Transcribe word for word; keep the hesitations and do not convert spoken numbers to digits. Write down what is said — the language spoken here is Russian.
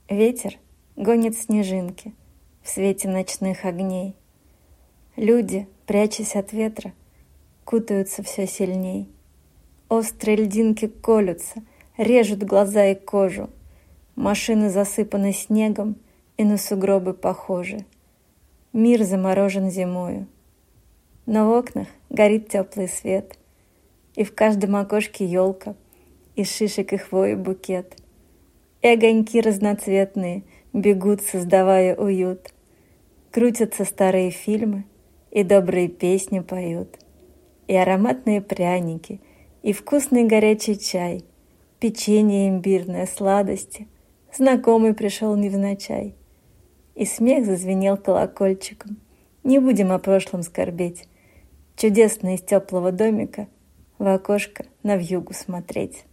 Ветер гонит снежинки в свете ночных огней. Люди, прячась от ветра, кутаются все сильней. Острые льдинки колются, режут глаза и кожу. Машины засыпаны снегом и на сугробы похожи. Мир заморожен зимою. Но в окнах горит теплый свет, и в каждом окошке елка, из шишек и хвои букет. И огоньки разноцветные бегут, создавая уют. Крутятся старые фильмы, и добрые песни поют. И ароматные пряники, и вкусный горячий чай, печенье имбирное, сладости. Знакомый пришел невзначай. И смех зазвенел колокольчиком. Не будем о прошлом скорбеть. Чудесно из теплого домика в окошко навьюгу смотреть.